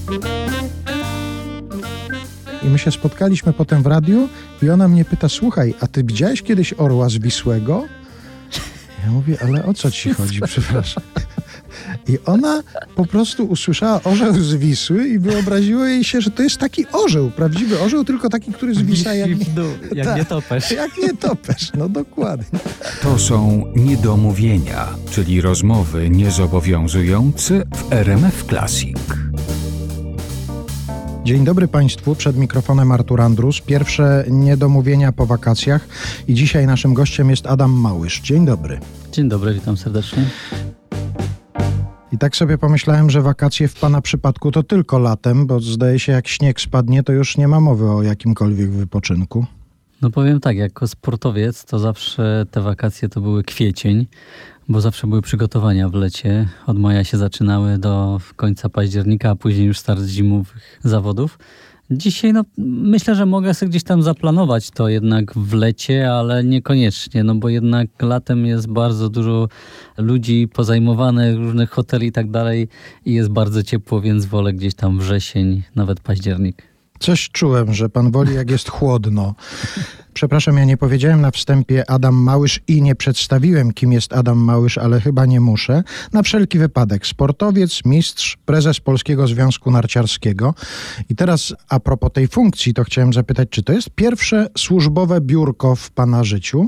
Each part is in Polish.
I my się spotkaliśmy potem w radiu i ona mnie pyta, słuchaj, a ty widziałeś kiedyś orła z Wisłego? Ja mówię, ale o co ci chodzi, przepraszam. I ona po prostu usłyszała orzeł z Wisły i wyobraziło jej się, że to jest taki orzeł, prawdziwy orzeł, tylko taki, który zwisa jak nietoperz. Jak nietoperz, no dokładnie. To są niedomówienia, czyli rozmowy niezobowiązujące w RMF Classic. Dzień dobry Państwu, przed mikrofonem Artur Andrus. Pierwsze niedomówienia po wakacjach i dzisiaj naszym gościem jest Adam Małysz. Dzień dobry. Dzień dobry, witam serdecznie. I tak sobie pomyślałem, że wakacje w Pana przypadku to tylko latem, bo zdaje się, jak śnieg spadnie, to już nie ma mowy o jakimkolwiek wypoczynku. No powiem tak, jako sportowiec to zawsze te wakacje to były kwiecień, bo zawsze były przygotowania w lecie. Od maja się zaczynały do końca października, a później już start zimowych zawodów. Dzisiaj myślę, że mogę sobie gdzieś tam zaplanować to jednak w lecie, ale niekoniecznie, bo jednak latem jest bardzo dużo ludzi pozajmowanych, różnych hoteli i tak dalej i jest bardzo ciepło, więc wolę gdzieś tam wrzesień, nawet październik. Coś czułem, że pan woli, jak jest chłodno. Przepraszam, ja nie powiedziałem na wstępie Adam Małysz i nie przedstawiłem, kim jest Adam Małysz, ale chyba nie muszę. Na wszelki wypadek. Sportowiec, mistrz, prezes Polskiego Związku Narciarskiego. I teraz a propos tej funkcji, to chciałem zapytać, czy to jest pierwsze służbowe biurko w pana życiu?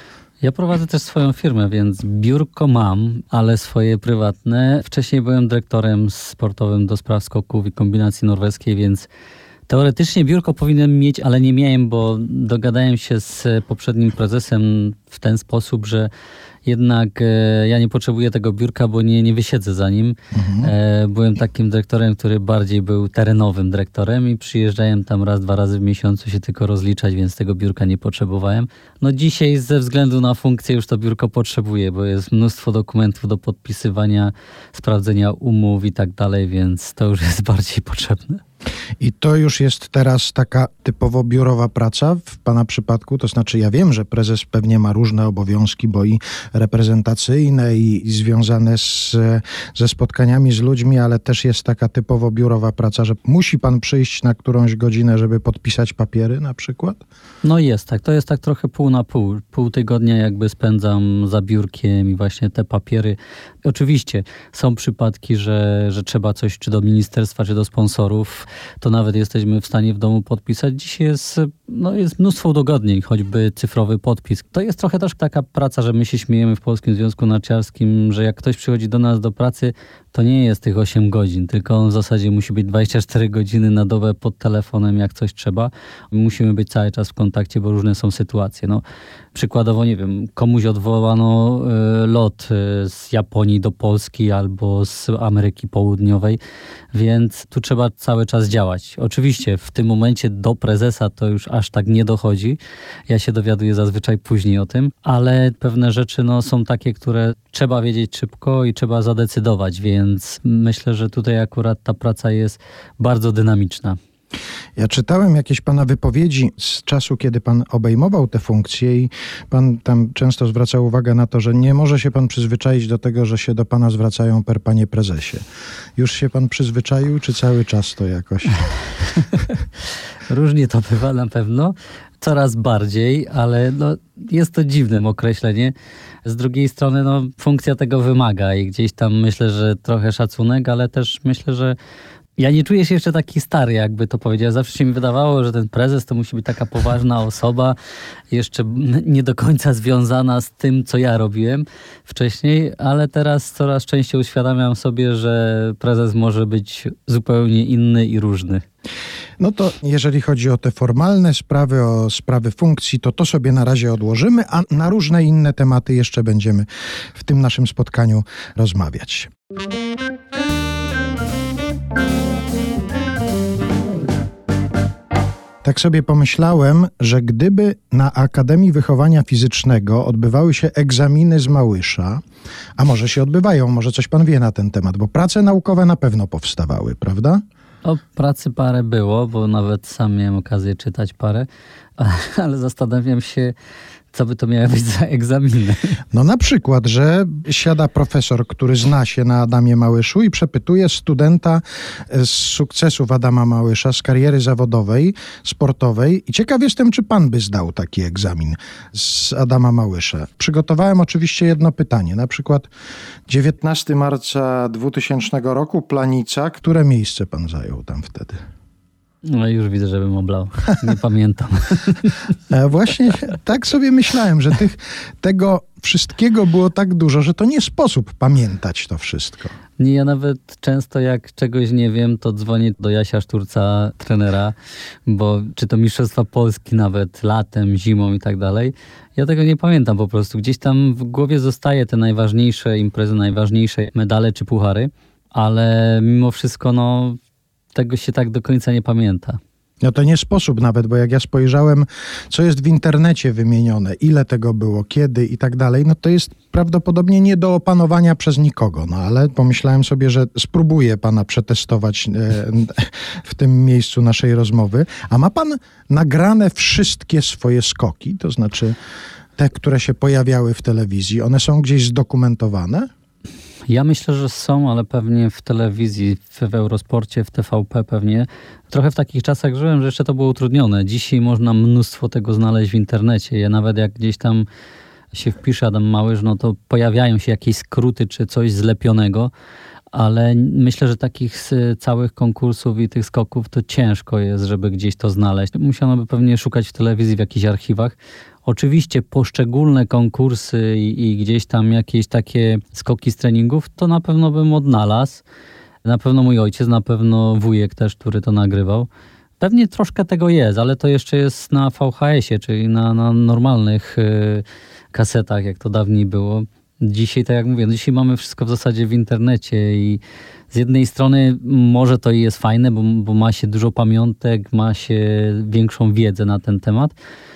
Ja prowadzę też swoją firmę, więc biurko mam, ale swoje prywatne. Wcześniej byłem dyrektorem sportowym do spraw skoków i kombinacji norweskiej, więc teoretycznie biurko powinienem mieć, ale nie miałem, bo dogadałem się z poprzednim prezesem w ten sposób, że jednak ja nie potrzebuję tego biurka, bo nie wysiedzę za nim. Byłem takim dyrektorem, który bardziej był terenowym dyrektorem i przyjeżdżałem tam raz, 2 razy w miesiącu się tylko rozliczać, więc tego biurka nie potrzebowałem. Dzisiaj ze względu na funkcję już to biurko potrzebuję, bo jest mnóstwo dokumentów do podpisywania, sprawdzenia umów i tak dalej, więc to już jest bardziej potrzebne. I to już jest teraz taka typowo biurowa praca w pana przypadku? To znaczy ja wiem, że prezes pewnie ma różne obowiązki, bo i reprezentacyjne i związane ze spotkaniami z ludźmi, ale też jest taka typowo biurowa praca, że musi pan przyjść na którąś godzinę, żeby podpisać papiery na przykład? No jest tak, to jest tak trochę pół na pół. Pół tygodnia jakby spędzam za biurkiem i właśnie te papiery. Oczywiście są przypadki, że trzeba coś czy do ministerstwa, czy do sponsorów, to nawet jesteśmy w stanie w domu podpisać. Dzisiaj jest mnóstwo udogodnień, choćby cyfrowy podpis. To jest trochę też taka praca, że my się śmiejemy w Polskim Związku Narciarskim, że jak ktoś przychodzi do nas do pracy, to nie jest tych 8 godzin, tylko on w zasadzie musi być 24 godziny na dobę pod telefonem, jak coś trzeba. Musimy być cały czas w kontakcie, bo różne są sytuacje. Przykładowo, nie wiem, komuś odwołano lot z Japonii do Polski albo z Ameryki Południowej, więc tu trzeba cały czas działać. Oczywiście w tym momencie do prezesa to już aż tak nie dochodzi. Ja się dowiaduję zazwyczaj później o tym, ale pewne rzeczy są takie, które trzeba wiedzieć szybko i trzeba zadecydować, więc myślę, że tutaj akurat ta praca jest bardzo dynamiczna. Ja czytałem jakieś pana wypowiedzi z czasu, kiedy pan obejmował te funkcje i pan tam często zwracał uwagę na to, że nie może się pan przyzwyczaić do tego, że się do pana zwracają per panie prezesie. Już się pan przyzwyczaił, czy cały czas to jakoś? Różnie to bywa na pewno. Coraz bardziej, ale jest to dziwne określenie. Z drugiej strony funkcja tego wymaga i gdzieś tam myślę, że trochę szacunek, ale też myślę, że ja nie czuję się jeszcze taki stary, jakby to powiedział. Zawsze się mi wydawało, że ten prezes to musi być taka poważna osoba, jeszcze nie do końca związana z tym, co ja robiłem wcześniej, ale teraz coraz częściej uświadamiam sobie, że prezes może być zupełnie inny i różny. No to jeżeli chodzi o te formalne sprawy, o sprawy funkcji, to sobie na razie odłożymy, a na różne inne tematy jeszcze będziemy w tym naszym spotkaniu rozmawiać. Tak sobie pomyślałem, że gdyby na Akademii Wychowania Fizycznego odbywały się egzaminy z Małysza, a może się odbywają, może coś pan wie na ten temat, bo prace naukowe na pewno powstawały, prawda? Pracy parę było, bo nawet sam miałem okazję czytać parę, ale zastanawiam się, Co by to miały być za egzaminy? No na przykład, że siada profesor, który zna się na Adamie Małyszu i przepytuje studenta z sukcesów Adama Małysza, z kariery zawodowej, sportowej. I ciekaw jestem, czy pan by zdał taki egzamin z Adama Małysza. Przygotowałem oczywiście jedno pytanie. Na przykład 19 marca 2000 roku, Planica. Które miejsce pan zajął tam wtedy? No już widzę, żebym oblał. Nie pamiętam. Właśnie tak sobie myślałem, że tego wszystkiego było tak dużo, że to nie sposób pamiętać to wszystko. Nie, ja nawet często jak czegoś nie wiem, to dzwonię do Jasia Szturca, trenera, bo czy to Mistrzostwa Polski nawet latem, zimą i tak dalej. Ja tego nie pamiętam po prostu. Gdzieś tam w głowie zostaje te najważniejsze imprezy, najważniejsze medale czy puchary, ale mimo wszystko tego się tak do końca nie pamięta. No to nie sposób nawet, bo jak ja spojrzałem, co jest w internecie wymienione, ile tego było, kiedy i tak dalej, no to jest prawdopodobnie nie do opanowania przez nikogo. No ale pomyślałem sobie, że spróbuję pana przetestować w tym miejscu naszej rozmowy. A ma pan nagrane wszystkie swoje skoki? To znaczy te, które się pojawiały w telewizji, one są gdzieś zdokumentowane? Ja myślę, że są, ale pewnie w telewizji, w Eurosporcie, w TVP pewnie. Trochę w takich czasach żyłem, że jeszcze to było utrudnione. Dzisiaj można mnóstwo tego znaleźć w internecie. Ja nawet jak gdzieś tam się wpisze Adam Małysz, no to pojawiają się jakieś skróty czy coś zlepionego, ale myślę, że takich całych konkursów i tych skoków to ciężko jest, żeby gdzieś to znaleźć. Musiano by pewnie szukać w telewizji, w jakichś archiwach. Oczywiście poszczególne konkursy i gdzieś tam jakieś takie skoki z treningów, to na pewno bym odnalazł. Na pewno mój ojciec, na pewno wujek też, który to nagrywał. Pewnie troszkę tego jest, ale to jeszcze jest na VHS-ie, czyli na normalnych kasetach, jak to dawniej było. Dzisiaj, tak jak mówię, dzisiaj mamy wszystko w zasadzie w internecie i z jednej strony może to i jest fajne, bo ma się dużo pamiątek, ma się większą wiedzę na ten temat.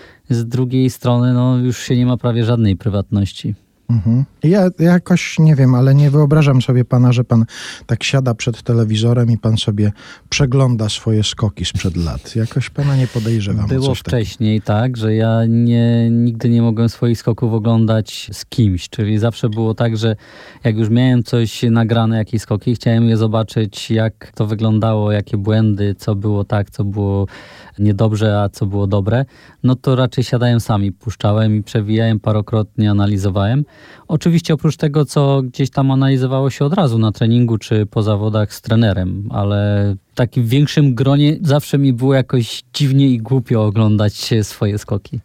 Z drugiej strony już się nie ma prawie żadnej prywatności. Mhm. Ja jakoś nie wiem, ale nie wyobrażam sobie pana, że pan tak siada przed telewizorem i pan sobie przegląda swoje skoki sprzed lat. Jakoś pana nie podejrzewam. Było wcześniej tak, że ja nigdy nie mogłem swoich skoków oglądać z kimś, czyli zawsze było tak, że jak już miałem coś nagrane, jakieś skoki, chciałem je zobaczyć, jak to wyglądało, jakie błędy, co było tak, co było niedobrze, a co było dobre, no to raczej siadałem sami, puszczałem i przewijałem parokrotnie, analizowałem. Oczywiście oprócz tego, co gdzieś tam analizowało się od razu na treningu czy po zawodach z trenerem, ale w takim większym gronie zawsze mi było jakoś dziwnie i głupio oglądać swoje skoki.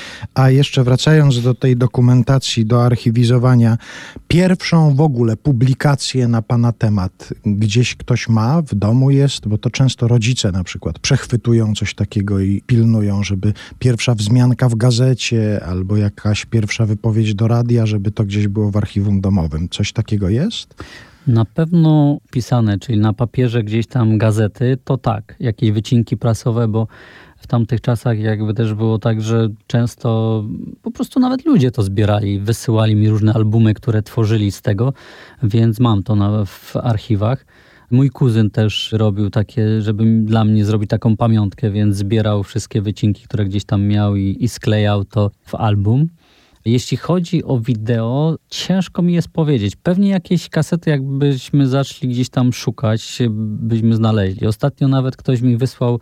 A jeszcze wracając do tej dokumentacji, do archiwizowania, pierwszą w ogóle publikację na pana temat gdzieś ktoś ma, w domu jest, bo to często rodzice na przykład przechwytują coś takiego i pilnują, żeby pierwsza wzmianka w gazecie albo jakaś pierwsza wypowiedź do radia, żeby to gdzieś było w archiwum domowym. Coś takiego jest? Na pewno pisane, czyli na papierze gdzieś tam gazety, to tak, jakieś wycinki prasowe, bo w tamtych czasach jakby też było tak, że często po prostu nawet ludzie to zbierali, wysyłali mi różne albumy, które tworzyli z tego, więc mam to w archiwach. Mój kuzyn też robił takie, żeby dla mnie zrobić taką pamiątkę, więc zbierał wszystkie wycinki, które gdzieś tam miał i sklejał to w album. Jeśli chodzi o wideo, ciężko mi jest powiedzieć. Pewnie jakieś kasety, jakbyśmy zaczęli gdzieś tam szukać, byśmy znaleźli. Ostatnio nawet ktoś mi wysłał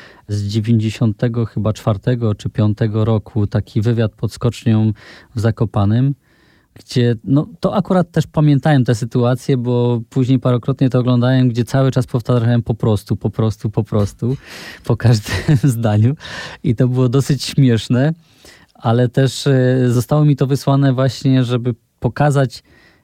z 94 czy 5 roku taki wywiad pod skocznią w Zakopanem, gdzie to akurat też pamiętałem tę sytuację, bo później parokrotnie to oglądałem, gdzie cały czas powtarzałem po prostu po każdym zdaniu i to było dosyć śmieszne, ale też zostało mi to wysłane właśnie, żeby pokazać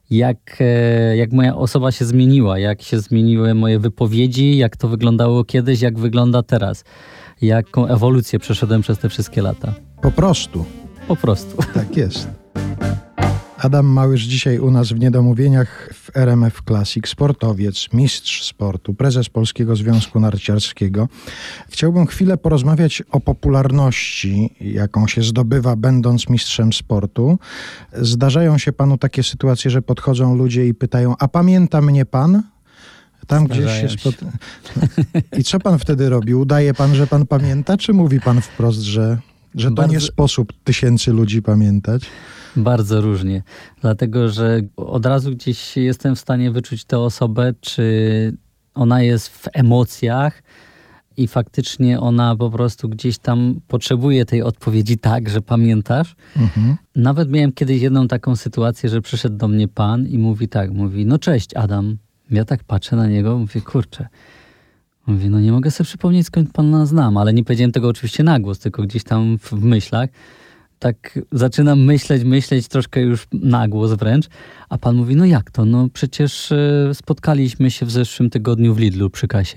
jak moja osoba się zmieniła, jak się zmieniły moje wypowiedzi, jak to wyglądało kiedyś, jak wygląda teraz. Jaką ewolucję przeszedłem przez te wszystkie lata. Po prostu. Po prostu. Tak jest. Adam Małysz dzisiaj u nas w Niedomówieniach w RMF Classic. Sportowiec, mistrz sportu, prezes Polskiego Związku Narciarskiego. Chciałbym chwilę porozmawiać o popularności, jaką się zdobywa będąc mistrzem sportu. Zdarzają się panu takie sytuacje, że podchodzą ludzie i pytają, a pamięta mnie pan? Tam Zdarzają gdzieś się I co pan wtedy robi? Udaje pan, że pan pamięta, czy mówi pan wprost, że Że to nie sposób tysięcy ludzi pamiętać? Bardzo różnie, dlatego że od razu gdzieś jestem w stanie wyczuć tę osobę, czy ona jest w emocjach i faktycznie ona po prostu gdzieś tam potrzebuje tej odpowiedzi tak, że pamiętasz. Nawet miałem kiedyś jedną taką sytuację, że przyszedł do mnie pan i mówi no cześć Adam. Ja tak patrzę na niego, mówię kurczę. Mówię, no nie mogę sobie przypomnieć, skąd pana znam, ale nie powiedziałem tego oczywiście na głos, tylko gdzieś tam w myślach. Tak zaczynam myśleć troszkę już na głos wręcz, a pan mówi, no jak to? No przecież spotkaliśmy się w zeszłym tygodniu w Lidlu przy kasie.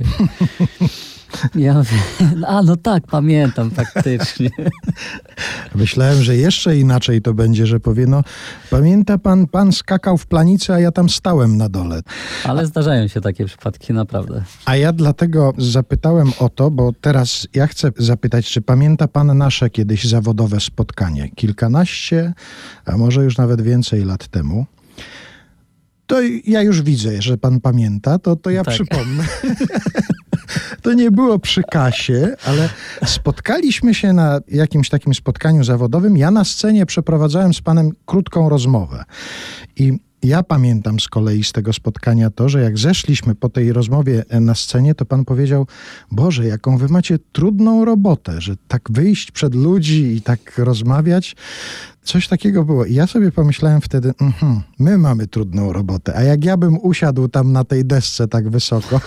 Ja mówię, no tak, pamiętam faktycznie. Myślałem, że jeszcze inaczej to będzie, że powie, no pamięta pan skakał w planicy, a ja tam stałem na dole. Ale zdarzają się takie przypadki, naprawdę. A ja dlatego zapytałem o to, bo teraz ja chcę zapytać, czy pamięta pan nasze kiedyś zawodowe spotkanie? Kilkanaście, a może już nawet więcej lat temu. To ja już widzę, że pan pamięta, to ja przypomnę. To nie było przy kasie, ale spotkaliśmy się na jakimś takim spotkaniu zawodowym. Ja na scenie przeprowadzałem z panem krótką rozmowę. I ja pamiętam z kolei z tego spotkania to, że jak zeszliśmy po tej rozmowie na scenie, to pan powiedział, Boże, jaką wy macie trudną robotę, że tak wyjść przed ludzi i tak rozmawiać. Coś takiego było. I ja sobie pomyślałem wtedy, my mamy trudną robotę, a jak ja bym usiadł tam na tej desce tak wysoko,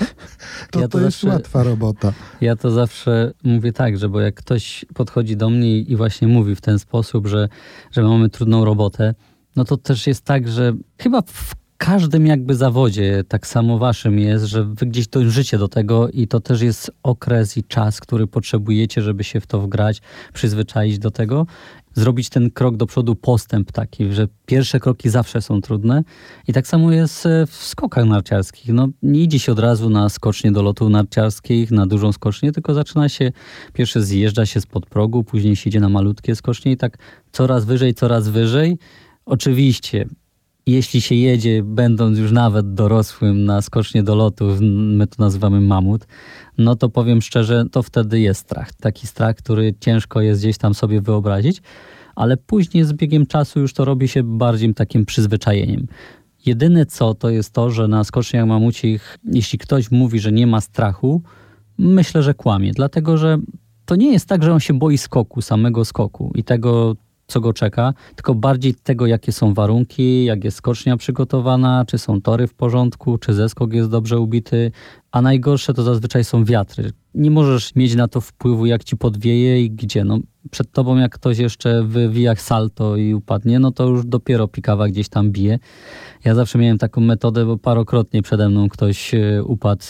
to jest łatwa robota. Ja to zawsze mówię tak, że bo jak ktoś podchodzi do mnie i właśnie mówi w ten sposób, że mamy trudną robotę, no to też jest tak, że chyba w każdym jakby zawodzie, tak samo waszym jest, że wy gdzieś dążycie do tego i to też jest okres i czas, który potrzebujecie, żeby się w to wgrać, przyzwyczaić do tego, zrobić ten krok do przodu, postęp taki, że pierwsze kroki zawsze są trudne i tak samo jest w skokach narciarskich. No, nie idzie się od razu na skocznię do lotów narciarskich, na dużą skocznię, tylko zaczyna się, pierwsze zjeżdża się spod progu, później się idzie na malutkie skocznie i tak coraz wyżej. Oczywiście, jeśli się jedzie, będąc już nawet dorosłym na skocznie do lotów, my to nazywamy mamut, no to powiem szczerze, to wtedy jest strach. Taki strach, który ciężko jest gdzieś tam sobie wyobrazić, ale później z biegiem czasu już to robi się bardziej takim przyzwyczajeniem. Jedyne co, to jest to, że na skoczniach mamucich, jeśli ktoś mówi, że nie ma strachu, myślę, że kłamie, dlatego że to nie jest tak, że on się boi skoku, samego skoku i tego, co go czeka, tylko bardziej tego, jakie są warunki, jak jest skocznia przygotowana, czy są tory w porządku, czy zeskok jest dobrze ubity, a najgorsze to zazwyczaj są wiatry. Nie możesz mieć na to wpływu, jak ci podwieje i gdzie. No, przed tobą jak ktoś jeszcze wywija salto i upadnie, no to już dopiero pikawa gdzieś tam bije. Ja zawsze miałem taką metodę, bo parokrotnie przede mną ktoś upadł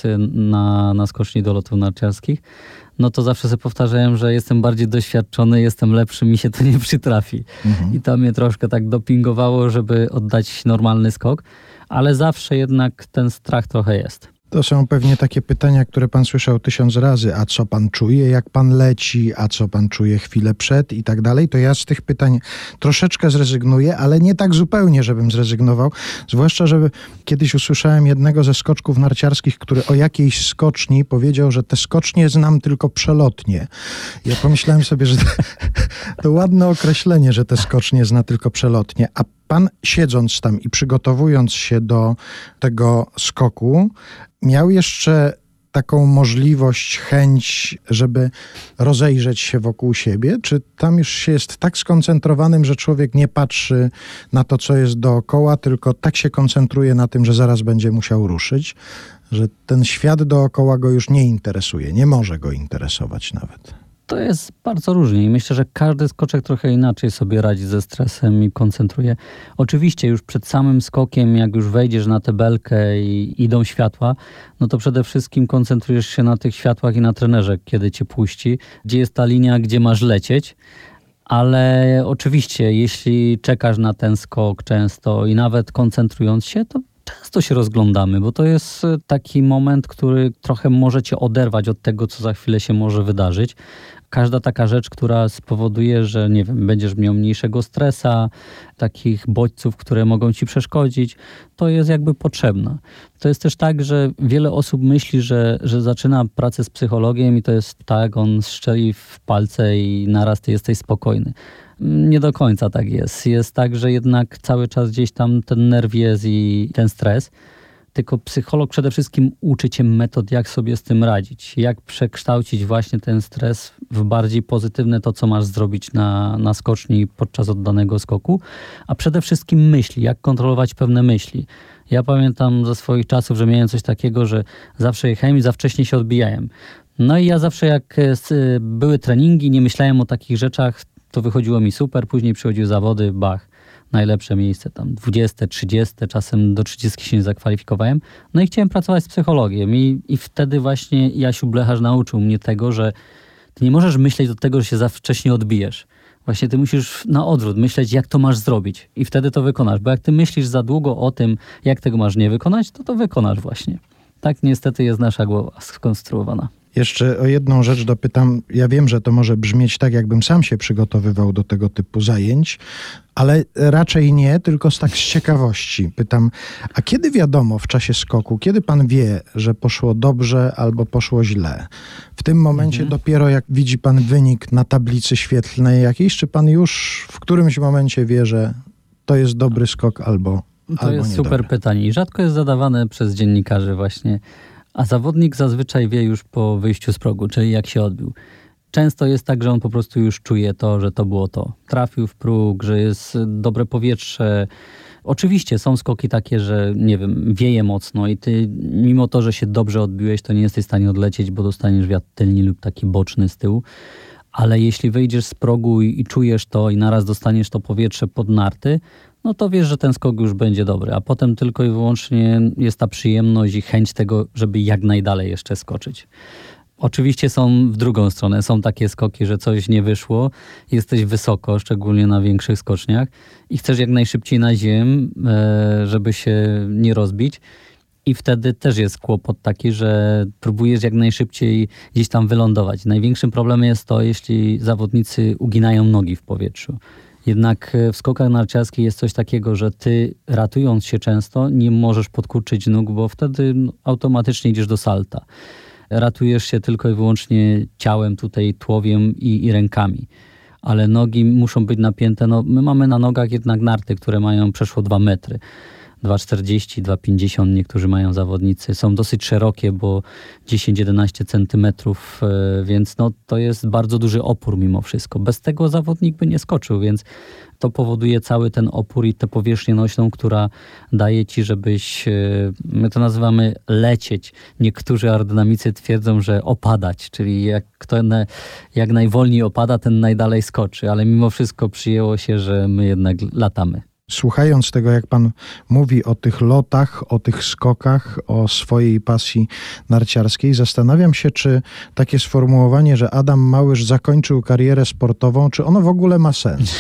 na skoczni do lotów narciarskich. No to zawsze sobie powtarzałem, że jestem bardziej doświadczony, jestem lepszy, mi się to nie przytrafi. I to mnie troszkę tak dopingowało, żeby oddać normalny skok, ale zawsze jednak ten strach trochę jest. To są pewnie takie pytania, które pan słyszał 1000 razy. A co pan czuje, jak pan leci? A co pan czuje chwilę przed? I tak dalej. To ja z tych pytań troszeczkę zrezygnuję, ale nie tak zupełnie, żebym zrezygnował. Zwłaszcza, że kiedyś usłyszałem jednego ze skoczków narciarskich, który o jakiejś skoczni powiedział, że te skocznie znam tylko przelotnie. Ja pomyślałem sobie, że to ładne określenie, że te skocznie zna tylko przelotnie. A pan siedząc tam i przygotowując się do tego skoku, miał jeszcze taką możliwość, chęć, żeby rozejrzeć się wokół siebie? Czy tam już się jest tak skoncentrowanym, że człowiek nie patrzy na to, co jest dookoła, tylko tak się koncentruje na tym, że zaraz będzie musiał ruszyć, że ten świat dookoła go już nie interesuje, nie może go interesować nawet? To jest bardzo różnie i myślę, że każdy skoczek trochę inaczej sobie radzi ze stresem i koncentruje. Oczywiście już przed samym skokiem, jak już wejdziesz na tę belkę i idą światła, no to przede wszystkim koncentrujesz się na tych światłach i na trenerze, kiedy cię puści, gdzie jest ta linia, gdzie masz lecieć. Ale oczywiście, jeśli czekasz na ten skok często i nawet koncentrując się, to często się rozglądamy, bo to jest taki moment, który trochę może cię oderwać od tego, co za chwilę się może wydarzyć. Każda taka rzecz, która spowoduje, że nie wiem, będziesz miał mniejszego stresa, takich bodźców, które mogą ci przeszkodzić, to jest jakby potrzebna. To jest też tak, że wiele osób myśli, że zaczyna pracę z psychologiem i to jest tak, on strzeli w palce i naraz ty jesteś spokojny. Nie do końca tak jest. Jest tak, że jednak cały czas gdzieś tam ten nerw jest i ten stres. Tylko psycholog przede wszystkim uczy cię metod, jak sobie z tym radzić. Jak przekształcić właśnie ten stres w bardziej pozytywne to, co masz zrobić na skoczni podczas oddanego skoku. A przede wszystkim myśli, jak kontrolować pewne myśli. Ja pamiętam ze swoich czasów, że miałem coś takiego, że zawsze jechałem i za wcześnie się odbijałem. No i ja zawsze jak były treningi, nie myślałem o takich rzeczach, to wychodziło mi super. Później przychodziły zawody, bach. Najlepsze miejsce, tam 20, 30, czasem do 30 się nie zakwalifikowałem. No i chciałem pracować z psychologiem i wtedy właśnie Jasiu Blecharz nauczył mnie tego, że ty nie możesz myśleć do tego, że się za wcześnie odbijesz. Właśnie ty musisz na odwrót myśleć, jak to masz zrobić i wtedy to wykonasz. Bo jak ty myślisz za długo o tym, jak tego masz nie wykonać, to wykonasz właśnie. Tak niestety jest nasza głowa skonstruowana. Jeszcze o jedną rzecz dopytam. Ja wiem, że to może brzmieć tak, jakbym sam się przygotowywał do tego typu zajęć, ale raczej nie, tylko z ciekawości. Pytam, a kiedy wiadomo w czasie skoku, kiedy pan wie, że poszło dobrze albo poszło źle? W tym momencie dopiero jak widzi pan wynik na tablicy świetlnej jakiejś, czy pan już w którymś momencie wie, że to jest dobry skok albo To jest super pytanie i rzadko jest zadawane przez dziennikarzy właśnie. A zawodnik zazwyczaj wie już po wyjściu z progu, czyli jak się odbił. Często jest tak, że on po prostu już czuje to, że to było to. Trafił w próg, że jest dobre powietrze. Oczywiście są skoki takie, że nie wiem, wieje mocno i ty mimo to, że się dobrze odbiłeś, to nie jesteś w stanie odlecieć, bo dostaniesz wiatr tylny lub taki boczny z tyłu. Ale jeśli wyjdziesz z progu i czujesz to i naraz dostaniesz to powietrze pod narty, no to wiesz, że ten skok już będzie dobry, a potem tylko i wyłącznie jest ta przyjemność i chęć tego, żeby jak najdalej jeszcze skoczyć. Oczywiście są w drugą stronę, są takie skoki, że coś nie wyszło, jesteś wysoko, szczególnie na większych skoczniach i chcesz jak najszybciej na ziemię, żeby się nie rozbić. I wtedy też jest kłopot taki, że próbujesz jak najszybciej gdzieś tam wylądować. Największym problemem jest to, jeśli zawodnicy uginają nogi w powietrzu. Jednak w skokach narciarskich jest coś takiego, że ty ratując się często nie możesz podkurczyć nóg, bo wtedy automatycznie idziesz do salta. Ratujesz się tylko i wyłącznie ciałem, tutaj tułowiem i rękami. Ale nogi muszą być napięte. No, my mamy na nogach jednak narty, które mają przeszło 2 metry. 2,40, 2,50 niektórzy mają zawodnicy. Są dosyć szerokie, bo 10-11 centymetrów, więc no, to jest bardzo duży opór mimo wszystko. Bez tego zawodnik by nie skoczył, więc to powoduje cały ten opór i tę powierzchnię nośną, która daje ci, żebyś, my to nazywamy lecieć. Niektórzy aerodynamicy twierdzą, że opadać, czyli jak kto jak najwolniej opada, ten najdalej skoczy, ale mimo wszystko przyjęło się, że my jednak latamy. Słuchając tego, jak pan mówi o tych lotach, o tych skokach, o swojej pasji narciarskiej, zastanawiam się, czy takie sformułowanie, że Adam Małysz zakończył karierę sportową, czy ono w ogóle ma sens?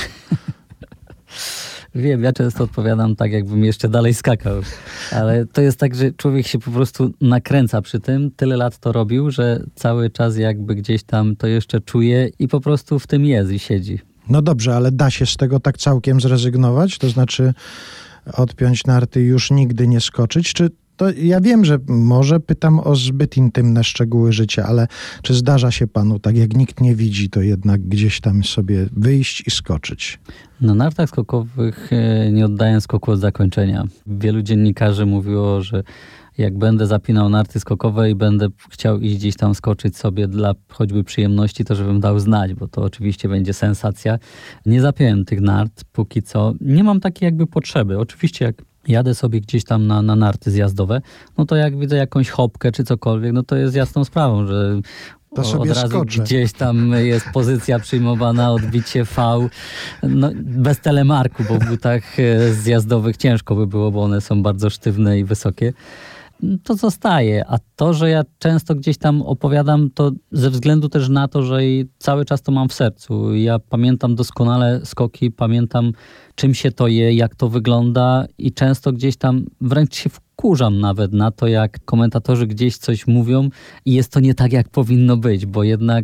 Wiem, ja często odpowiadam tak, jakbym jeszcze dalej skakał, ale to jest tak, że człowiek się po prostu nakręca przy tym, tyle lat to robił, że cały czas jakby gdzieś tam to jeszcze czuje i po prostu w tym jest i siedzi. No dobrze, ale da się z tego tak całkiem zrezygnować? To znaczy odpiąć narty i już nigdy nie skoczyć? Czy to ja wiem, że może pytam o zbyt intymne szczegóły życia, ale czy zdarza się panu, tak jak nikt nie widzi, to jednak gdzieś tam sobie wyjść i skoczyć? Na nartach skokowych nie oddaję skoku od zakończenia. Wielu dziennikarzy mówiło, że jak będę zapinał narty skokowe i będę chciał iść gdzieś tam skoczyć sobie dla choćby przyjemności, to żebym dał znać, bo to oczywiście będzie sensacja. Nie zapiąłem tych nart póki co. Nie mam takiej jakby potrzeby. Oczywiście jak jadę sobie gdzieś tam na narty zjazdowe, no to jak widzę jakąś chopkę czy cokolwiek, no to jest jasną sprawą, że to sobie od razu skoczę. Gdzieś tam jest pozycja przyjmowana, odbicie V. No, bez telemarku, bo w butach zjazdowych ciężko by było, bo one są bardzo sztywne i wysokie. to zostaje. A to, że ja często gdzieś tam opowiadam, to ze względu też na to, że cały czas to mam w sercu. Ja pamiętam doskonale skoki, pamiętam czym się to je, jak to wygląda i często gdzieś tam wręcz się wkurzam nawet na to, jak komentatorzy gdzieś coś mówią i jest to nie tak, jak powinno być, bo jednak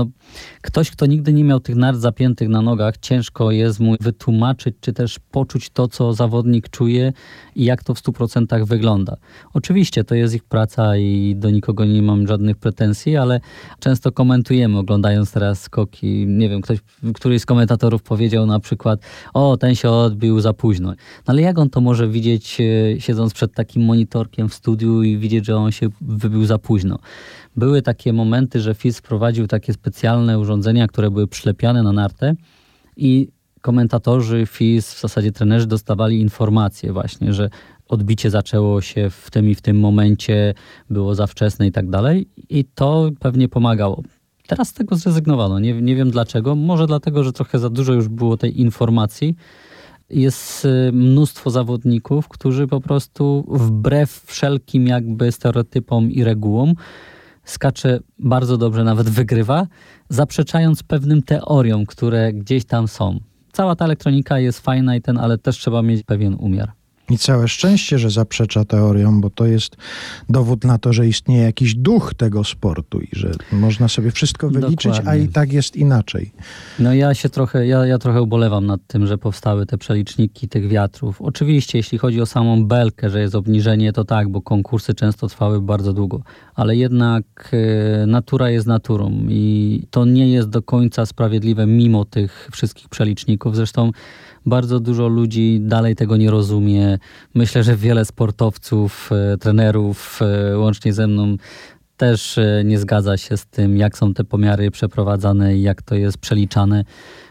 ktoś, kto nigdy nie miał tych nart zapiętych na nogach, ciężko jest mu wytłumaczyć, czy też poczuć to, co zawodnik czuje i jak to w 100% wygląda. Oczywiście to jest ich praca i do nikogo nie mam żadnych pretensji, ale często komentujemy, oglądając teraz skoki. Nie wiem, któryś z komentatorów powiedział na przykład, ten się odbił za późno. No ale jak on to może widzieć, siedząc przed takim monitorkiem w studiu i widzieć, że on się wybił za późno? Były takie momenty, że FIS wprowadził takie specjalne urządzenia, które były przylepiane na nartę i komentatorzy FIS, w zasadzie trenerzy, dostawali informacje właśnie, że odbicie zaczęło się w tym i w tym momencie, było za wczesne i tak dalej i to pewnie pomagało. Teraz z tego zrezygnowano. Nie wiem dlaczego. Może dlatego, że trochę za dużo już było tej informacji. Jest mnóstwo zawodników, którzy po prostu wbrew wszelkim jakby stereotypom i regułom skacze bardzo dobrze, nawet wygrywa, zaprzeczając pewnym teoriom, które gdzieś tam są. Cała ta elektronika jest fajna ale też trzeba mieć pewien umiar. I całe szczęście, że zaprzecza teoriom, bo to jest dowód na to, że istnieje jakiś duch tego sportu i że można sobie wszystko wyliczyć, dokładnie. A i tak jest inaczej. No ja trochę ubolewam nad tym, że powstały te przeliczniki tych wiatrów. Oczywiście, jeśli chodzi o samą belkę, że jest obniżenie, to tak, bo konkursy często trwały bardzo długo. Ale jednak natura jest naturą i to nie jest do końca sprawiedliwe mimo tych wszystkich przeliczników. Zresztą bardzo dużo ludzi dalej tego nie rozumie. Myślę, że wiele sportowców, trenerów, łącznie ze mną, też nie zgadza się z tym, jak są te pomiary przeprowadzane i jak to jest przeliczane.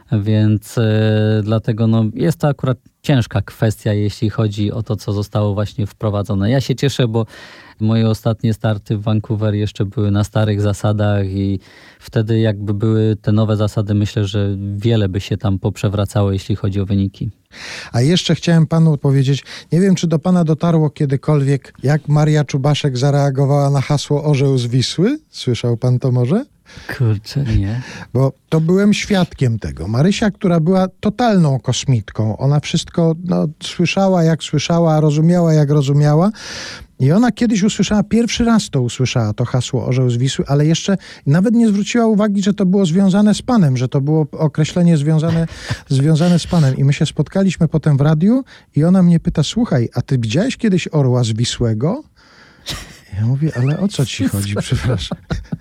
Więc dlatego jest to akurat ciężka kwestia, jeśli chodzi o to, co zostało właśnie wprowadzone. Ja się cieszę, bo moje ostatnie starty w Vancouver jeszcze były na starych zasadach i wtedy jakby były te nowe zasady, myślę, że wiele by się tam poprzewracało, jeśli chodzi o wyniki. A jeszcze chciałem panu powiedzieć, nie wiem, czy do pana dotarło kiedykolwiek, jak Maria Czubaszek zareagowała na hasło Orzeł z Wisły? Słyszał pan to może? Kurczę, nie. Bo to byłem świadkiem tego. Marysia, która była totalną kosmitką, ona wszystko słyszała jak słyszała, rozumiała jak rozumiała. I ona kiedyś pierwszy raz usłyszała to hasło Orzeł z Wisły, ale jeszcze nawet nie zwróciła uwagi, że to było związane z panem, że to było określenie związane z panem. I my się spotkaliśmy potem w radiu i ona mnie pyta, słuchaj, a ty widziałeś kiedyś orła z Wisłego? Ja mówię, ale o co ci chodzi, przepraszam.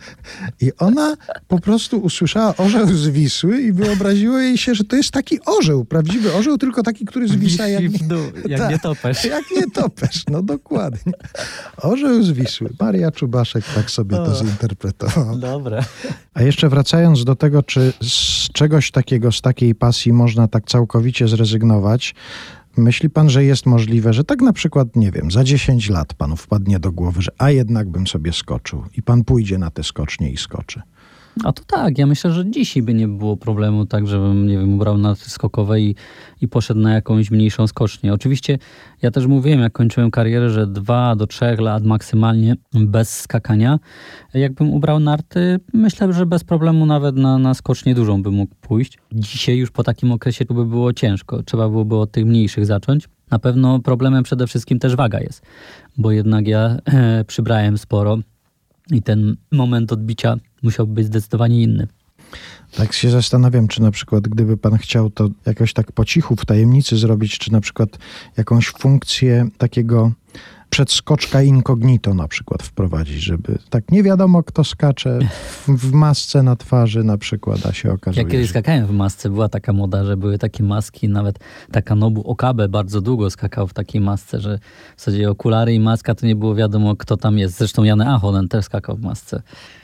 I ona po prostu usłyszała orzeł z Wisły i wyobraziło jej się, że to jest taki orzeł, prawdziwy orzeł, tylko taki, który zwisa jak nietoperz. Jak nietoperz, dokładnie. Orzeł z Wisły. Maria Czubaszek tak sobie to zinterpretowała. Dobra. A jeszcze wracając do tego, czy z czegoś takiego, z takiej pasji można tak całkowicie zrezygnować, myśli pan, że jest możliwe, że tak na przykład, nie wiem, za 10 lat panu wpadnie do głowy, że jednak bym sobie skoczył i pan pójdzie na te skocznie i skoczy? A to tak, ja myślę, że dzisiaj by nie było problemu tak, żebym, nie wiem, ubrał narty skokowe i poszedł na jakąś mniejszą skocznię. Oczywiście ja też mówiłem, jak kończyłem karierę, że 2 do 3 lat maksymalnie bez skakania. Jakbym ubrał narty, myślę, że bez problemu nawet na skocznię dużą bym mógł pójść. Dzisiaj już po takim okresie to by było ciężko. Trzeba byłoby od tych mniejszych zacząć. Na pewno problemem przede wszystkim też waga jest, bo jednak ja przybrałem sporo i ten moment odbicia musiał być zdecydowanie inny. Tak się zastanawiam, czy na przykład gdyby pan chciał to jakoś tak po cichu, w tajemnicy zrobić, czy na przykład jakąś funkcję takiego przedskoczka incognito na przykład wprowadzić, żeby tak nie wiadomo kto skacze w masce na twarzy na przykład, a się okazuje. Ja kiedyś skakałem w masce, była taka moda, że były takie maski, nawet Takanobu Okabe bardzo długo skakał w takiej masce, że w zasadzie okulary i maska to nie było wiadomo kto tam jest. Zresztą Jan Ahonen też skakał w masce.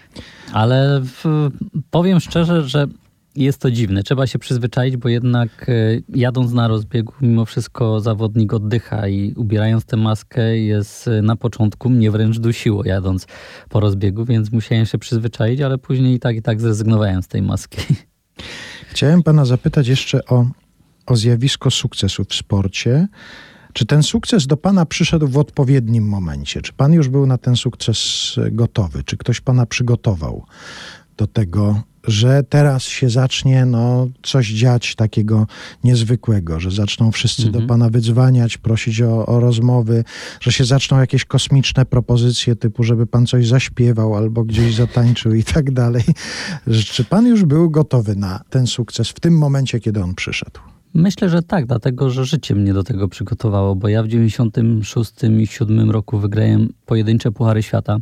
Ale powiem szczerze, że jest to dziwne. Trzeba się przyzwyczaić, bo jednak jadąc na rozbiegu, mimo wszystko zawodnik oddycha i ubierając tę maskę jest na początku mnie wręcz dusiło jadąc po rozbiegu, więc musiałem się przyzwyczaić, ale później i tak zrezygnowałem z tej maski. Chciałem pana zapytać jeszcze o zjawisko sukcesu w sporcie. Czy ten sukces do pana przyszedł w odpowiednim momencie? Czy pan już był na ten sukces gotowy? Czy ktoś pana przygotował do tego, że teraz się zacznie coś dziać takiego niezwykłego, że zaczną wszyscy do pana wydzwaniać, prosić o rozmowy, że się zaczną jakieś kosmiczne propozycje typu, żeby pan coś zaśpiewał albo gdzieś zatańczył i tak dalej. Czy pan już był gotowy na ten sukces w tym momencie, kiedy on przyszedł? Myślę, że tak, dlatego że życie mnie do tego przygotowało, bo ja w 96 i 7 roku wygrałem pojedyncze Puchary Świata.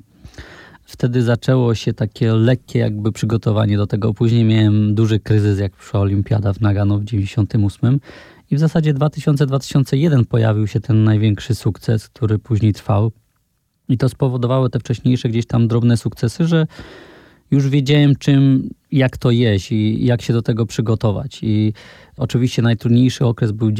Wtedy zaczęło się takie lekkie jakby przygotowanie do tego. Później miałem duży kryzys, jak przyszła olimpiada w Nagano w 98 i w zasadzie 2000-2001 pojawił się ten największy sukces, który później trwał. I to spowodowało te wcześniejsze gdzieś tam drobne sukcesy, że już wiedziałem jak to jeść i jak się do tego przygotować. I oczywiście najtrudniejszy okres był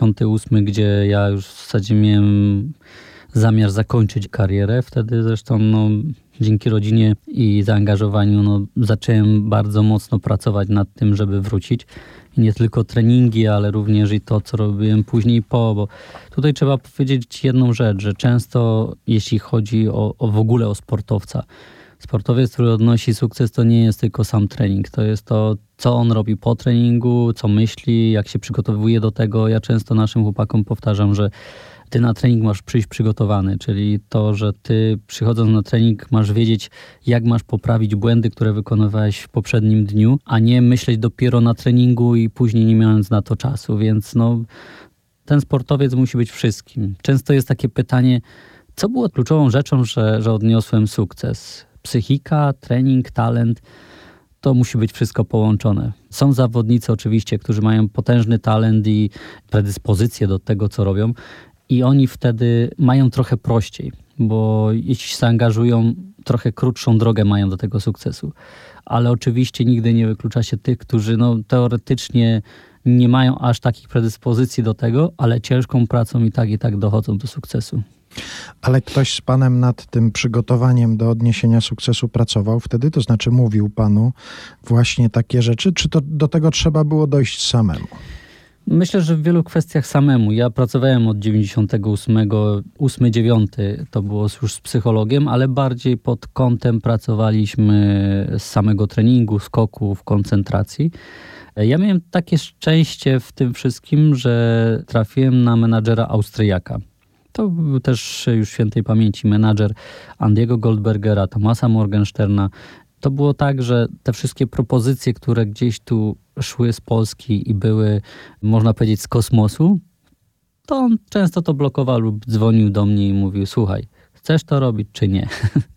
98, gdzie ja już w zasadzie miałem zamiar zakończyć karierę. Wtedy zresztą dzięki rodzinie i zaangażowaniu zacząłem bardzo mocno pracować nad tym, żeby wrócić. I nie tylko treningi, ale również i to, co robiłem później bo tutaj trzeba powiedzieć jedną rzecz, że często jeśli chodzi w ogóle o sportowca, sportowiec, który odnosi sukces, to nie jest tylko sam trening. To jest to, co on robi po treningu, co myśli, jak się przygotowuje do tego. Ja często naszym chłopakom powtarzam, że ty na trening masz przyjść przygotowany, czyli to, że ty przychodząc na trening masz wiedzieć, jak masz poprawić błędy, które wykonywałeś w poprzednim dniu, a nie myśleć dopiero na treningu i później nie mając na to czasu. Więc ten sportowiec musi być wszystkim. Często jest takie pytanie, co było kluczową rzeczą, że odniosłem sukces? Psychika, trening, talent, to musi być wszystko połączone. Są zawodnicy oczywiście, którzy mają potężny talent i predyspozycję do tego, co robią i oni wtedy mają trochę prościej, bo jeśli się zaangażują, trochę krótszą drogę mają do tego sukcesu. Ale oczywiście nigdy nie wyklucza się tych, którzy teoretycznie nie mają aż takich predyspozycji do tego, ale ciężką pracą i tak dochodzą do sukcesu. Ale ktoś z panem nad tym przygotowaniem do odniesienia sukcesu pracował wtedy? To znaczy mówił panu właśnie takie rzeczy? Czy to do tego trzeba było dojść samemu? Myślę, że w wielu kwestiach samemu. Ja pracowałem od 98-9 to było już z psychologiem, ale bardziej pod kątem pracowaliśmy z samego treningu, skoków, koncentracji. Ja miałem takie szczęście w tym wszystkim, że trafiłem na menadżera Austriaka. To był też już świętej pamięci menadżer Andiego Goldbergera, Thomasa Morgensterna. To było tak, że te wszystkie propozycje, które gdzieś tu szły z Polski i były, można powiedzieć, z kosmosu, to on często to blokował lub dzwonił do mnie i mówił: słuchaj, chcesz to robić czy nie?